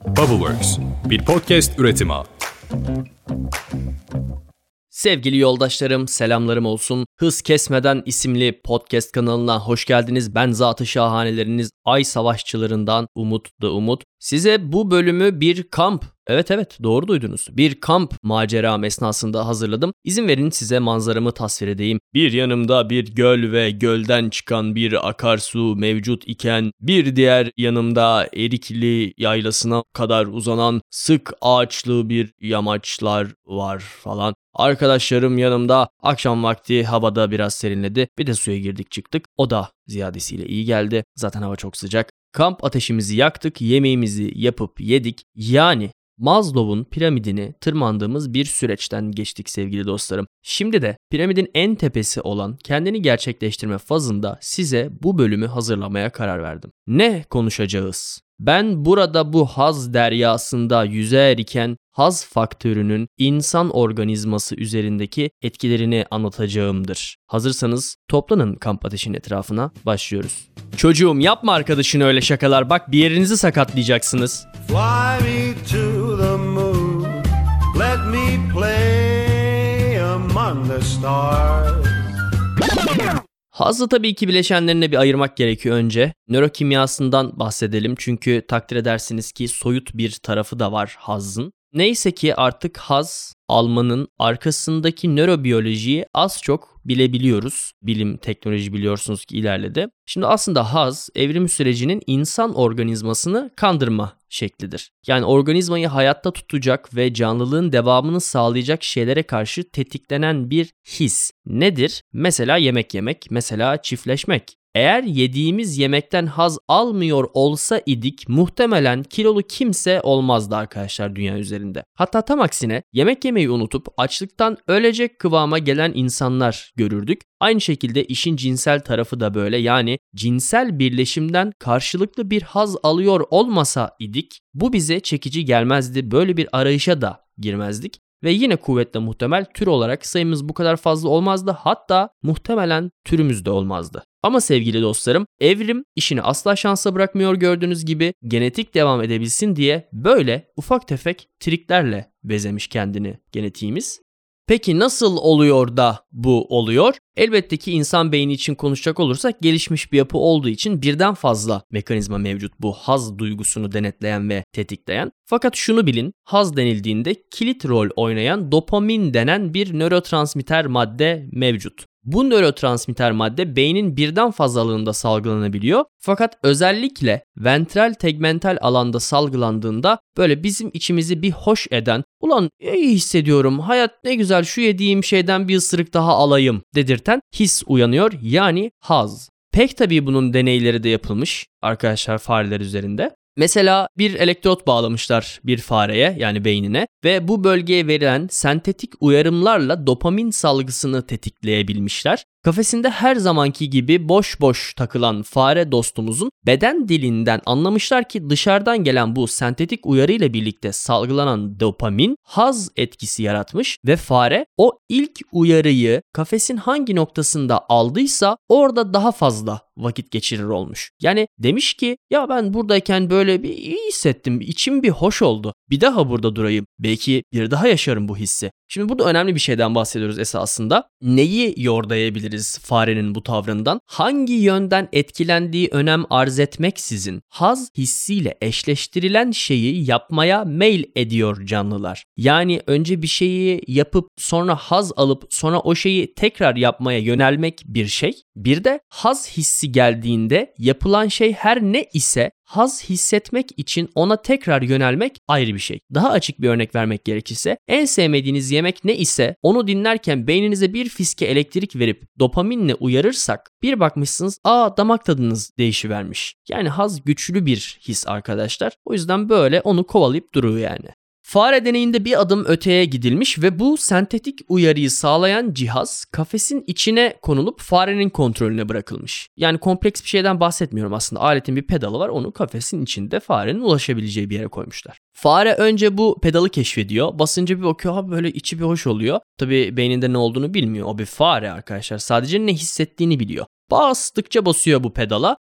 Bubbleworks, bir podcast üretimi. Sevgili yoldaşlarım, selamlarım olsun. Hız Kesmeden isimli podcast kanalına hoş geldiniz. Ben Zat-ı Şahaneleriniz Ay Savaşçılarından Umut the Umut. Size bu bölümü bir kamp, evet doğru duydunuz, bir kamp maceram esnasında hazırladım. İzin verin size manzaramı tasvir edeyim. Bir yanımda bir göl ve gölden çıkan bir akarsu mevcut iken bir diğer yanımda Erikli yaylasına kadar uzanan sık ağaçlı bir yamaçlar var falan. Arkadaşlarım yanımda, akşam vakti havada biraz serinledi. Bir de suya girdik çıktık. O da ziyadesiyle iyi geldi. Zaten hava çok sıcak. Kamp ateşimizi yaktık, yemeğimizi yapıp yedik. Yani Maslow'un piramidini tırmandığımız bir süreçten geçtik sevgili dostlarım. Şimdi de piramidin en tepesi olan kendini gerçekleştirme fazında size bu bölümü hazırlamaya karar verdim. Ne konuşacağız? Ben burada bu haz deryasında yüzer iken haz faktörünün insan organizması üzerindeki etkilerini anlatacağımdır. Hazırsanız toplanın kamp ateşinin etrafına, başlıyoruz. Çocuğum yapma arkadaşına öyle şakalar, bak bir yerinizi sakatlayacaksınız. Fly me to the moon, let me play among the stars. Hazı tabii ki bileşenlerine bir ayırmak gerekiyor önce. Nörokimyasından bahsedelim çünkü takdir edersiniz ki soyut bir tarafı da var hazın. Neyse ki artık haz almanın arkasındaki nörobiyolojiyi az çok bilebiliyoruz. Bilim, teknoloji biliyorsunuz ki ilerledi. Şimdi aslında haz evrim sürecinin insan organizmasını kandırma şeklidir. Yani organizmayı hayatta tutacak ve canlılığın devamını sağlayacak şeylere karşı tetiklenen bir his. Nedir? Mesela yemek yemek, mesela çiftleşmek. Eğer yediğimiz yemekten haz almıyor olsa idik muhtemelen kilolu kimse olmazdı arkadaşlar dünya üzerinde. Hatta tam aksine yemek yemeyi unutup açlıktan ölecek kıvama gelen insanlar görürdük. Aynı şekilde işin cinsel tarafı da böyle, yani cinsel birleşimden karşılıklı bir haz alıyor olmasa idik bu bize çekici gelmezdi, böyle bir arayışa da girmezdik. Ve yine kuvvetle muhtemel tür olarak sayımız bu kadar fazla olmazdı, hatta muhtemelen türümüz de olmazdı. Ama sevgili dostlarım, evrim işini asla şansa bırakmıyor gördüğünüz gibi. Genetik devam edebilsin diye böyle ufak tefek triklerle bezemiş kendini genetiğimiz. Peki nasıl oluyor da bu oluyor? Elbette ki insan beyni için konuşacak olursak gelişmiş bir yapı olduğu için birden fazla mekanizma mevcut bu haz duygusunu denetleyen ve tetikleyen. Fakat şunu bilin, haz denildiğinde kilit rol oynayan dopamin denen bir nörotransmitter madde mevcut. Bu nörotransmitter madde beynin birden fazlalığında salgılanabiliyor. Fakat özellikle ventral tegmental alanda salgılandığında böyle bizim içimizi bir hoş eden, ulan iyi hissediyorum, hayat ne güzel, şu yediğim şeyden bir ısırık daha alayım dedirten his uyanıyor, yani haz. Pek tabii bunun deneyleri de yapılmış arkadaşlar fareler üzerinde. Mesela bir elektrot bağlamışlar bir fareye, yani beynine, ve bu bölgeye verilen sentetik uyarımlarla dopamin salgısını tetikleyebilmişler. Kafesinde her zamanki gibi boş boş takılan fare dostumuzun beden dilinden anlamışlar ki dışarıdan gelen bu sentetik uyarı ile birlikte salgılanan dopamin haz etkisi yaratmış ve fare o ilk uyarıyı kafesin hangi noktasında aldıysa orada daha fazla vakit geçirir olmuş. Yani demiş ki ya ben buradayken böyle bir iyi hissettim, içim bir hoş oldu. Bir daha burada durayım. Belki bir daha yaşarım bu hissi. Şimdi burada önemli bir şeyden bahsediyoruz esasında. Neyi yordayabiliriz farenin bu tavrından? Hangi yönden etkilendiği önem arz etmeksizin haz hissiyle eşleştirilen şeyi yapmaya meyil ediyor canlılar. Yani önce bir şeyi yapıp sonra haz alıp sonra o şeyi tekrar yapmaya yönelmek bir şey. Bir de haz hissi geldiğinde yapılan şey her ne ise haz hissetmek için ona tekrar yönelmek ayrı bir şey. Daha açık bir örnek vermek gerekirse, en sevmediğiniz yemek ne ise onu dinlerken beyninize bir fiske elektrik verip dopaminle uyarırsak bir bakmışsınız damak tadınız değişivermiş. Yani haz güçlü bir his arkadaşlar. O yüzden böyle onu kovalayıp duruyor yani. Fare deneyinde bir adım öteye gidilmiş ve bu sentetik uyarıyı sağlayan cihaz kafesin içine konulup farenin kontrolüne bırakılmış. Yani kompleks bir şeyden bahsetmiyorum aslında. Aletin bir pedalı var, onu kafesin içinde farenin ulaşabileceği bir yere koymuşlar. Fare önce bu pedalı keşfediyor. Basınca bir bakıyor, böyle içi bir hoş oluyor. Tabii beyninde ne olduğunu bilmiyor. O bir fare arkadaşlar. Sadece ne hissettiğini biliyor. Bastıkça basıyor bu pedala.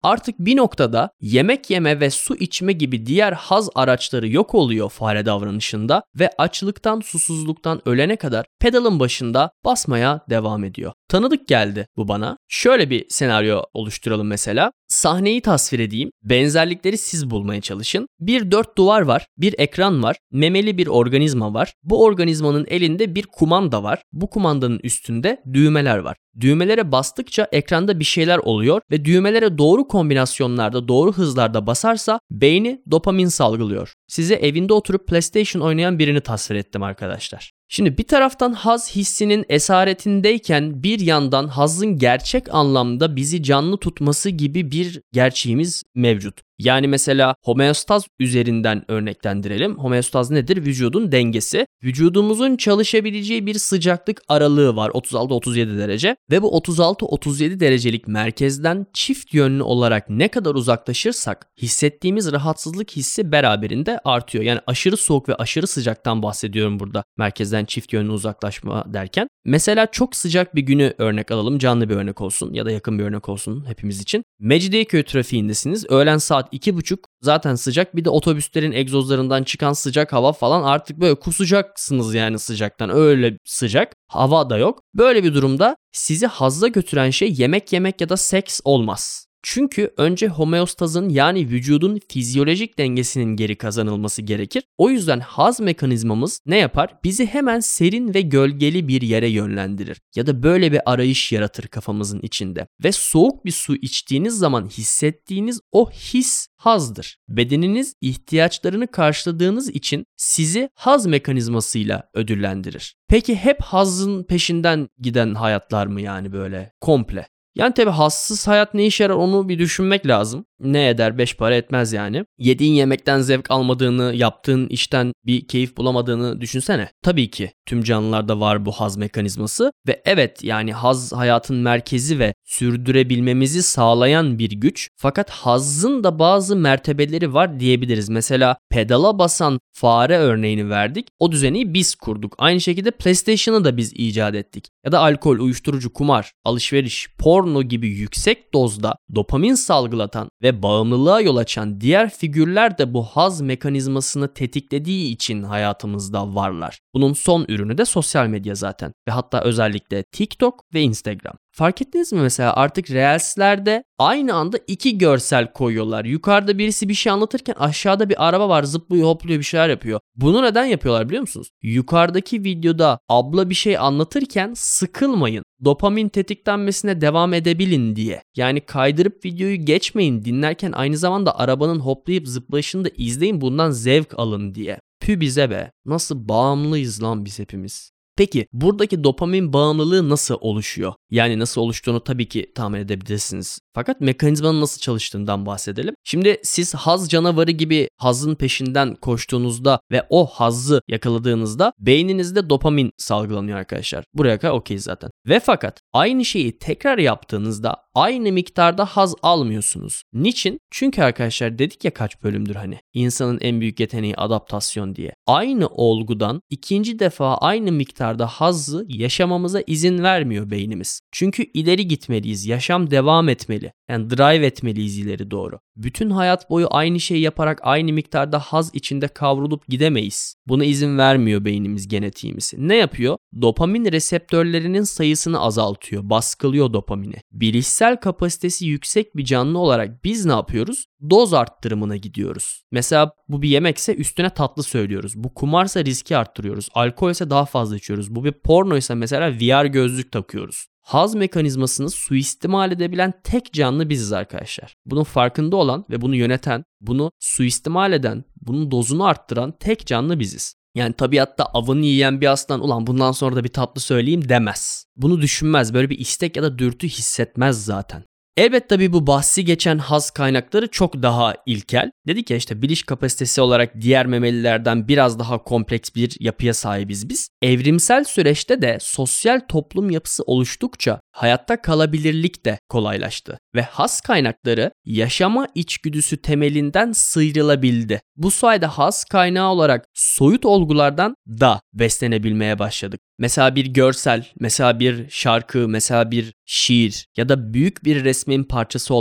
Artık bir noktada yemek yeme ve su içme gibi diğer haz araçları yok oluyor fare davranışında ve açlıktan, susuzluktan ölene kadar pedalın başında basmaya devam ediyor. Tanıdık geldi bu bana. Şöyle bir senaryo oluşturalım mesela. Sahneyi tasvir edeyim. Benzerlikleri siz bulmaya çalışın. Bir dört duvar var, bir ekran var, memeli bir organizma var. Bu organizmanın elinde bir kumanda var. Bu kumandanın üstünde düğmeler var. Düğmelere bastıkça ekranda bir şeyler oluyor ve düğmelere doğru kombinasyonlarda, doğru hızlarda basarsa beyni dopamin salgılıyor. Size evinde oturup PlayStation oynayan birini tasvir ettim arkadaşlar. Şimdi bir taraftan haz hissinin esaretindeyken bir yandan hazın gerçek anlamda bizi canlı tutması gibi bir gerçeğimiz mevcut. Yani mesela homeostaz üzerinden örneklendirelim. Homeostaz nedir? Vücudun dengesi. Vücudumuzun çalışabileceği bir sıcaklık aralığı var, 36-37 derece. Ve bu 36-37 derecelik merkezden çift yönlü olarak ne kadar uzaklaşırsak hissettiğimiz rahatsızlık hissi beraberinde artıyor. Yani aşırı soğuk ve aşırı sıcaktan bahsediyorum burada merkezden çift yönlü uzaklaşma derken. Mesela çok sıcak bir günü örnek alalım, canlı bir örnek olsun ya da yakın bir örnek olsun hepimiz için. Mecidiyeköy trafiğindesiniz. Öğlen saat 2.30, zaten sıcak, bir de otobüslerin egzozlarından çıkan sıcak hava falan, artık böyle kusacaksınız yani sıcaktan, öyle sıcak, hava da yok. Böyle bir durumda sizi hazza götüren şey yemek yemek ya da seks olmaz. Çünkü önce homeostazın yani vücudun fizyolojik dengesinin geri kazanılması gerekir. O yüzden haz mekanizmamız ne yapar? Bizi hemen serin ve gölgeli bir yere yönlendirir. Ya da böyle bir arayış yaratır kafamızın içinde. Ve soğuk bir su içtiğiniz zaman hissettiğiniz o his hazdır. Bedeniniz ihtiyaçlarını karşıladığınız için sizi haz mekanizmasıyla ödüllendirir. Peki hep hazın peşinden giden hayatlar mı yani böyle komple? Yani tabii hazsız hayat ne işe yarar onu bir düşünmek lazım. Ne eder, 5 para etmez yani. Yediğin yemekten zevk almadığını, yaptığın işten bir keyif bulamadığını düşünsene. Tabii ki tüm canlılarda var bu haz mekanizması ve evet yani haz hayatın merkezi ve sürdürebilmemizi sağlayan bir güç. Fakat hazzın da bazı mertebeleri var diyebiliriz. Mesela pedala basan fare örneğini verdik. O düzeni biz kurduk. Aynı şekilde PlayStation'ı da biz icat ettik. Ya da alkol, uyuşturucu, kumar, alışveriş, porno gibi yüksek dozda dopamin salgılatan ve bağımlılığa yol açan diğer figürler de bu haz mekanizmasını tetiklediği için hayatımızda varlar. Bunun son ürünü de sosyal medya zaten ve hatta özellikle TikTok ve Instagram. Fark ettiniz mi mesela artık Reels'lerde aynı anda iki görsel koyuyorlar. Yukarıda birisi bir şey anlatırken aşağıda bir araba var, zıplıyor, hopluyor, bir şeyler yapıyor. Bunu neden yapıyorlar biliyor musunuz? Yukarıdaki videoda abla bir şey anlatırken sıkılmayın, dopamin tetiklenmesine devam edebilin diye. Yani kaydırıp videoyu geçmeyin, dinlerken aynı zamanda arabanın hoplayıp zıplayışını da izleyin, bundan zevk alın diye. Pü bize be, nasıl bağımlıyız lan biz hepimiz. Peki buradaki dopamin bağımlılığı nasıl oluşuyor? Yani nasıl oluştuğunu tabii ki tahmin edebilirsiniz. Fakat mekanizmanın nasıl çalıştığından bahsedelim. Şimdi siz haz canavarı gibi hazın peşinden koştuğunuzda ve o hazzı yakaladığınızda beyninizde dopamin salgılanıyor arkadaşlar. Buraya kadar okey zaten. Ve fakat aynı şeyi tekrar yaptığınızda aynı miktarda haz almıyorsunuz. Niçin? Çünkü arkadaşlar dedik ya kaç bölümdür hani insanın en büyük yeteneği adaptasyon diye. Aynı olgudan ikinci defa aynı miktarda hazzı yaşamamıza izin vermiyor beynimiz. Çünkü ileri gitmeliyiz. Yaşam devam etmeli. Yani drive etmeliyiz ileri doğru. Bütün hayat boyu aynı şeyi yaparak aynı miktarda haz içinde kavrulup gidemeyiz. Buna izin vermiyor beynimiz, genetiğimiz. Ne yapıyor? Dopamin reseptörlerinin sayısını azaltıyor. Baskılıyor dopamini. Bilişsel kapasitesi yüksek bir canlı olarak biz ne yapıyoruz? Doz arttırımına gidiyoruz. Mesela bu bir yemekse üstüne tatlı söylüyoruz. Bu kumarsa riski arttırıyoruz. Alkolse daha fazla içiyoruz. Bu bir pornoysa mesela VR gözlük takıyoruz. Haz mekanizmasını suistimal edebilen tek canlı biziz arkadaşlar. Bunun farkında olan ve bunu yöneten, bunu suistimal eden, bunun dozunu arttıran tek canlı biziz. Yani tabiatta avını yiyen bir aslan ulan bundan sonra da bir tatlı söyleyeyim demez. Bunu düşünmez, böyle bir istek ya da dürtü hissetmez zaten. Elbette tabii bu bahsi geçen haz kaynakları çok daha ilkel. Dedik ya işte biliş kapasitesi olarak diğer memelilerden biraz daha kompleks bir yapıya sahibiz biz. Evrimsel süreçte de sosyal toplum yapısı oluştukça hayatta kalabilirlik de kolaylaştı. Ve haz kaynakları yaşama içgüdüsü temelinden sıyrılabildi. Bu sayede haz kaynağı olarak soyut olgulardan da beslenebilmeye başladık. Mesela bir görsel, mesela bir şarkı, mesela bir şiir ya da büyük bir resmin parçası olmak,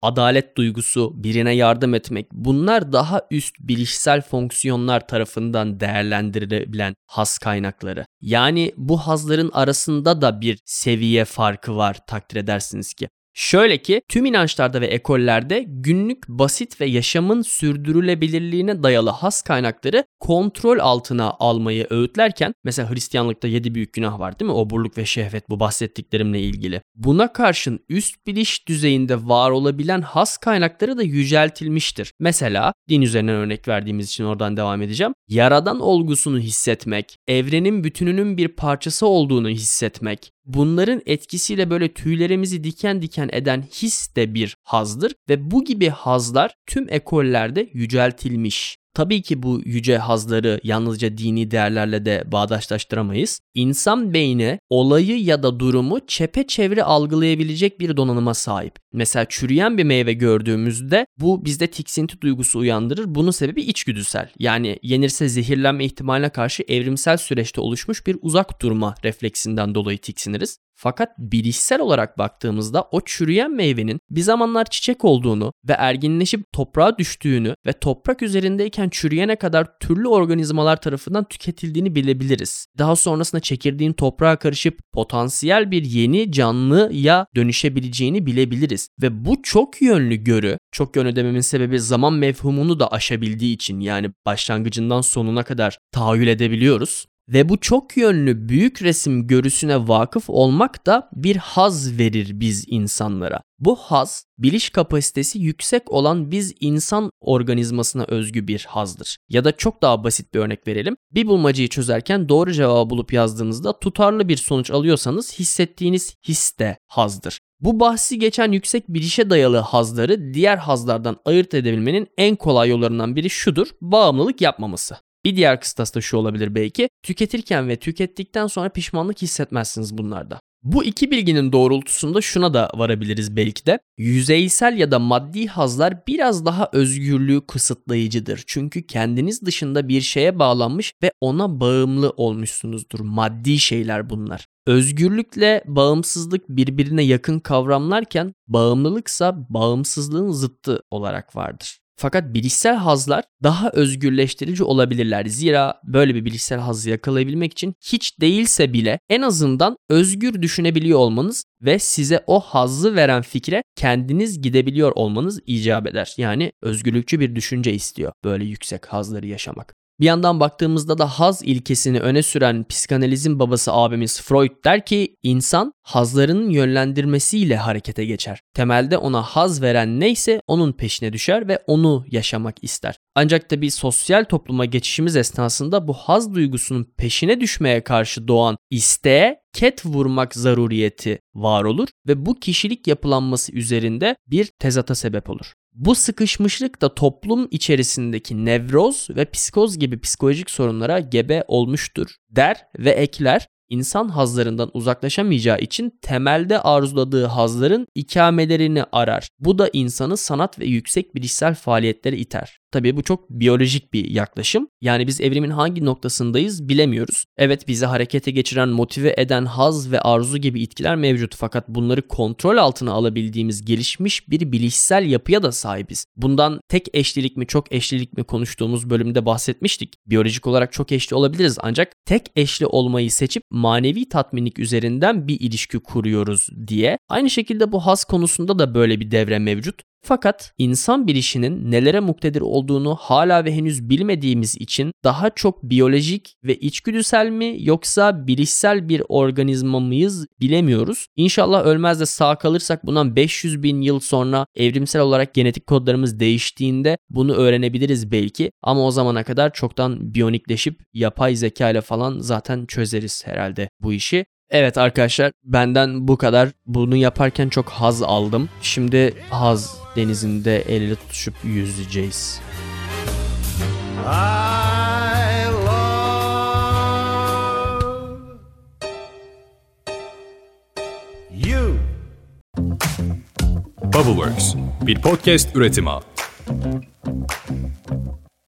adalet duygusu, birine yardım etmek, bunlar daha üst bilişsel fonksiyonlar tarafından değerlendirilebilen haz kaynakları. Yani bu hazların arasında da bir seviye farkı var, takdir edersiniz ki. Şöyle ki tüm inançlarda ve ekollerde günlük, basit ve yaşamın sürdürülebilirliğine dayalı haz kaynakları kontrol altına almayı öğütlerken, mesela Hristiyanlıkta 7 büyük günah var değil mi? Oburluk ve şehvet, bu bahsettiklerimle ilgili. Buna karşın üst biliş düzeyinde var olabilen haz kaynakları da yüceltilmiştir. Mesela din üzerinden örnek verdiğimiz için oradan devam edeceğim. Yaradan olgusunu hissetmek, evrenin bütününün bir parçası olduğunu hissetmek, bunların etkisiyle böyle tüylerimizi diken diken eden his de bir hazdır ve bu gibi hazlar tüm ekollerde yüceltilmiş. Tabii ki bu yüce hazları yalnızca dini değerlerle de bağdaşlaştıramayız. İnsan beyni olayı ya da durumu çepeçevre algılayabilecek bir donanıma sahip. Mesela çürüyen bir meyve gördüğümüzde bu bizde tiksinti duygusu uyandırır. Bunun sebebi içgüdüsel. Yani yenirse zehirlenme ihtimaline karşı evrimsel süreçte oluşmuş bir uzak durma refleksinden dolayı tiksiniriz. Fakat bilişsel olarak baktığımızda o çürüyen meyvenin bir zamanlar çiçek olduğunu ve erginleşip toprağa düştüğünü ve toprak üzerindeyken çürüyene kadar türlü organizmalar tarafından tüketildiğini bilebiliriz. Daha sonrasında çekirdeğin toprağa karışıp potansiyel bir yeni canlıya dönüşebileceğini bilebiliriz. Ve bu çok yönlü görü, çok yönlü dememin sebebi zaman mefhumunu da aşabildiği için, yani başlangıcından sonuna kadar tahayyül edebiliyoruz. Ve bu çok yönlü büyük resim görüsüne vakıf olmak da bir haz verir biz insanlara. Bu haz, biliş kapasitesi yüksek olan biz insan organizmasına özgü bir hazdır. Ya da çok daha basit bir örnek verelim. Bir bulmacayı çözerken doğru cevabı bulup yazdığınızda tutarlı bir sonuç alıyorsanız hissettiğiniz his de hazdır. Bu bahsi geçen yüksek bilişe dayalı hazları diğer hazlardan ayırt edebilmenin en kolay yollarından biri şudur: bağımlılık yapmaması. Bir diğer kıstas da şu olabilir belki: tüketirken ve tükettikten sonra pişmanlık hissetmezsiniz bunlarda. Bu iki bilginin doğrultusunda şuna da varabiliriz belki de: yüzeysel ya da maddi hazlar biraz daha özgürlüğü kısıtlayıcıdır. Çünkü kendiniz dışında bir şeye bağlanmış ve ona bağımlı olmuşsunuzdur. Maddi şeyler bunlar. Özgürlükle bağımsızlık birbirine yakın kavramlarken bağımlılıksa bağımsızlığın zıttı olarak vardır. Fakat bilişsel hazlar daha özgürleştirici olabilirler. Zira böyle bir bilişsel hazzı yakalayabilmek için hiç değilse bile en azından özgür düşünebiliyor olmanız ve size o hazzı veren fikre kendiniz gidebiliyor olmanız icap eder. Yani özgürlükçü bir düşünce istiyor böyle yüksek hazları yaşamak. Bir yandan baktığımızda da haz ilkesini öne süren psikanalizin babası abimiz Freud der ki insan hazlarının yönlendirmesiyle harekete geçer. Temelde ona haz veren neyse onun peşine düşer ve onu yaşamak ister. Ancak tabii sosyal topluma geçişimiz esnasında bu haz duygusunun peşine düşmeye karşı doğan isteğe ket vurmak zaruriyeti var olur ve bu kişilik yapılanması üzerinde bir tezata sebep olur. Bu sıkışmışlık da toplum içerisindeki nevroz ve psikoz gibi psikolojik sorunlara gebe olmuştur der ve ekler. İnsan hazlarından uzaklaşamayacağı için temelde arzuladığı hazların ikamelerini arar. Bu da insanı sanat ve yüksek bilişsel faaliyetlere iter. Tabii bu çok biyolojik bir yaklaşım. Yani biz evrimin hangi noktasındayız bilemiyoruz. Evet, bizi harekete geçiren, motive eden haz ve arzu gibi itkiler mevcut. Fakat bunları kontrol altına alabildiğimiz gelişmiş bir bilişsel yapıya da sahibiz. Bundan tek eşlilik mi çok eşlilik mi konuştuğumuz bölümde bahsetmiştik. Biyolojik olarak çok eşli olabiliriz ancak tek eşli olmayı seçip manevi tatminlik üzerinden bir ilişki kuruyoruz diye. Aynı şekilde bu haz konusunda da böyle bir devre mevcut. Fakat insan bilişinin nelere muktedir olduğunu hala ve henüz bilmediğimiz için daha çok biyolojik ve içgüdüsel mi yoksa bilişsel bir organizma mıyız bilemiyoruz. İnşallah ölmez de sağ kalırsak bundan 500 bin yıl sonra evrimsel olarak genetik kodlarımız değiştiğinde bunu öğrenebiliriz belki. Ama o zamana kadar çoktan biyonikleşip yapay zeka ile falan zaten çözeriz herhalde bu işi. Evet arkadaşlar, benden bu kadar. Bunu yaparken çok haz aldım. Şimdi haz denizinde el ele tutuşup yüzeceğiz. I love you. Bubbleworks bir podcast üretimi.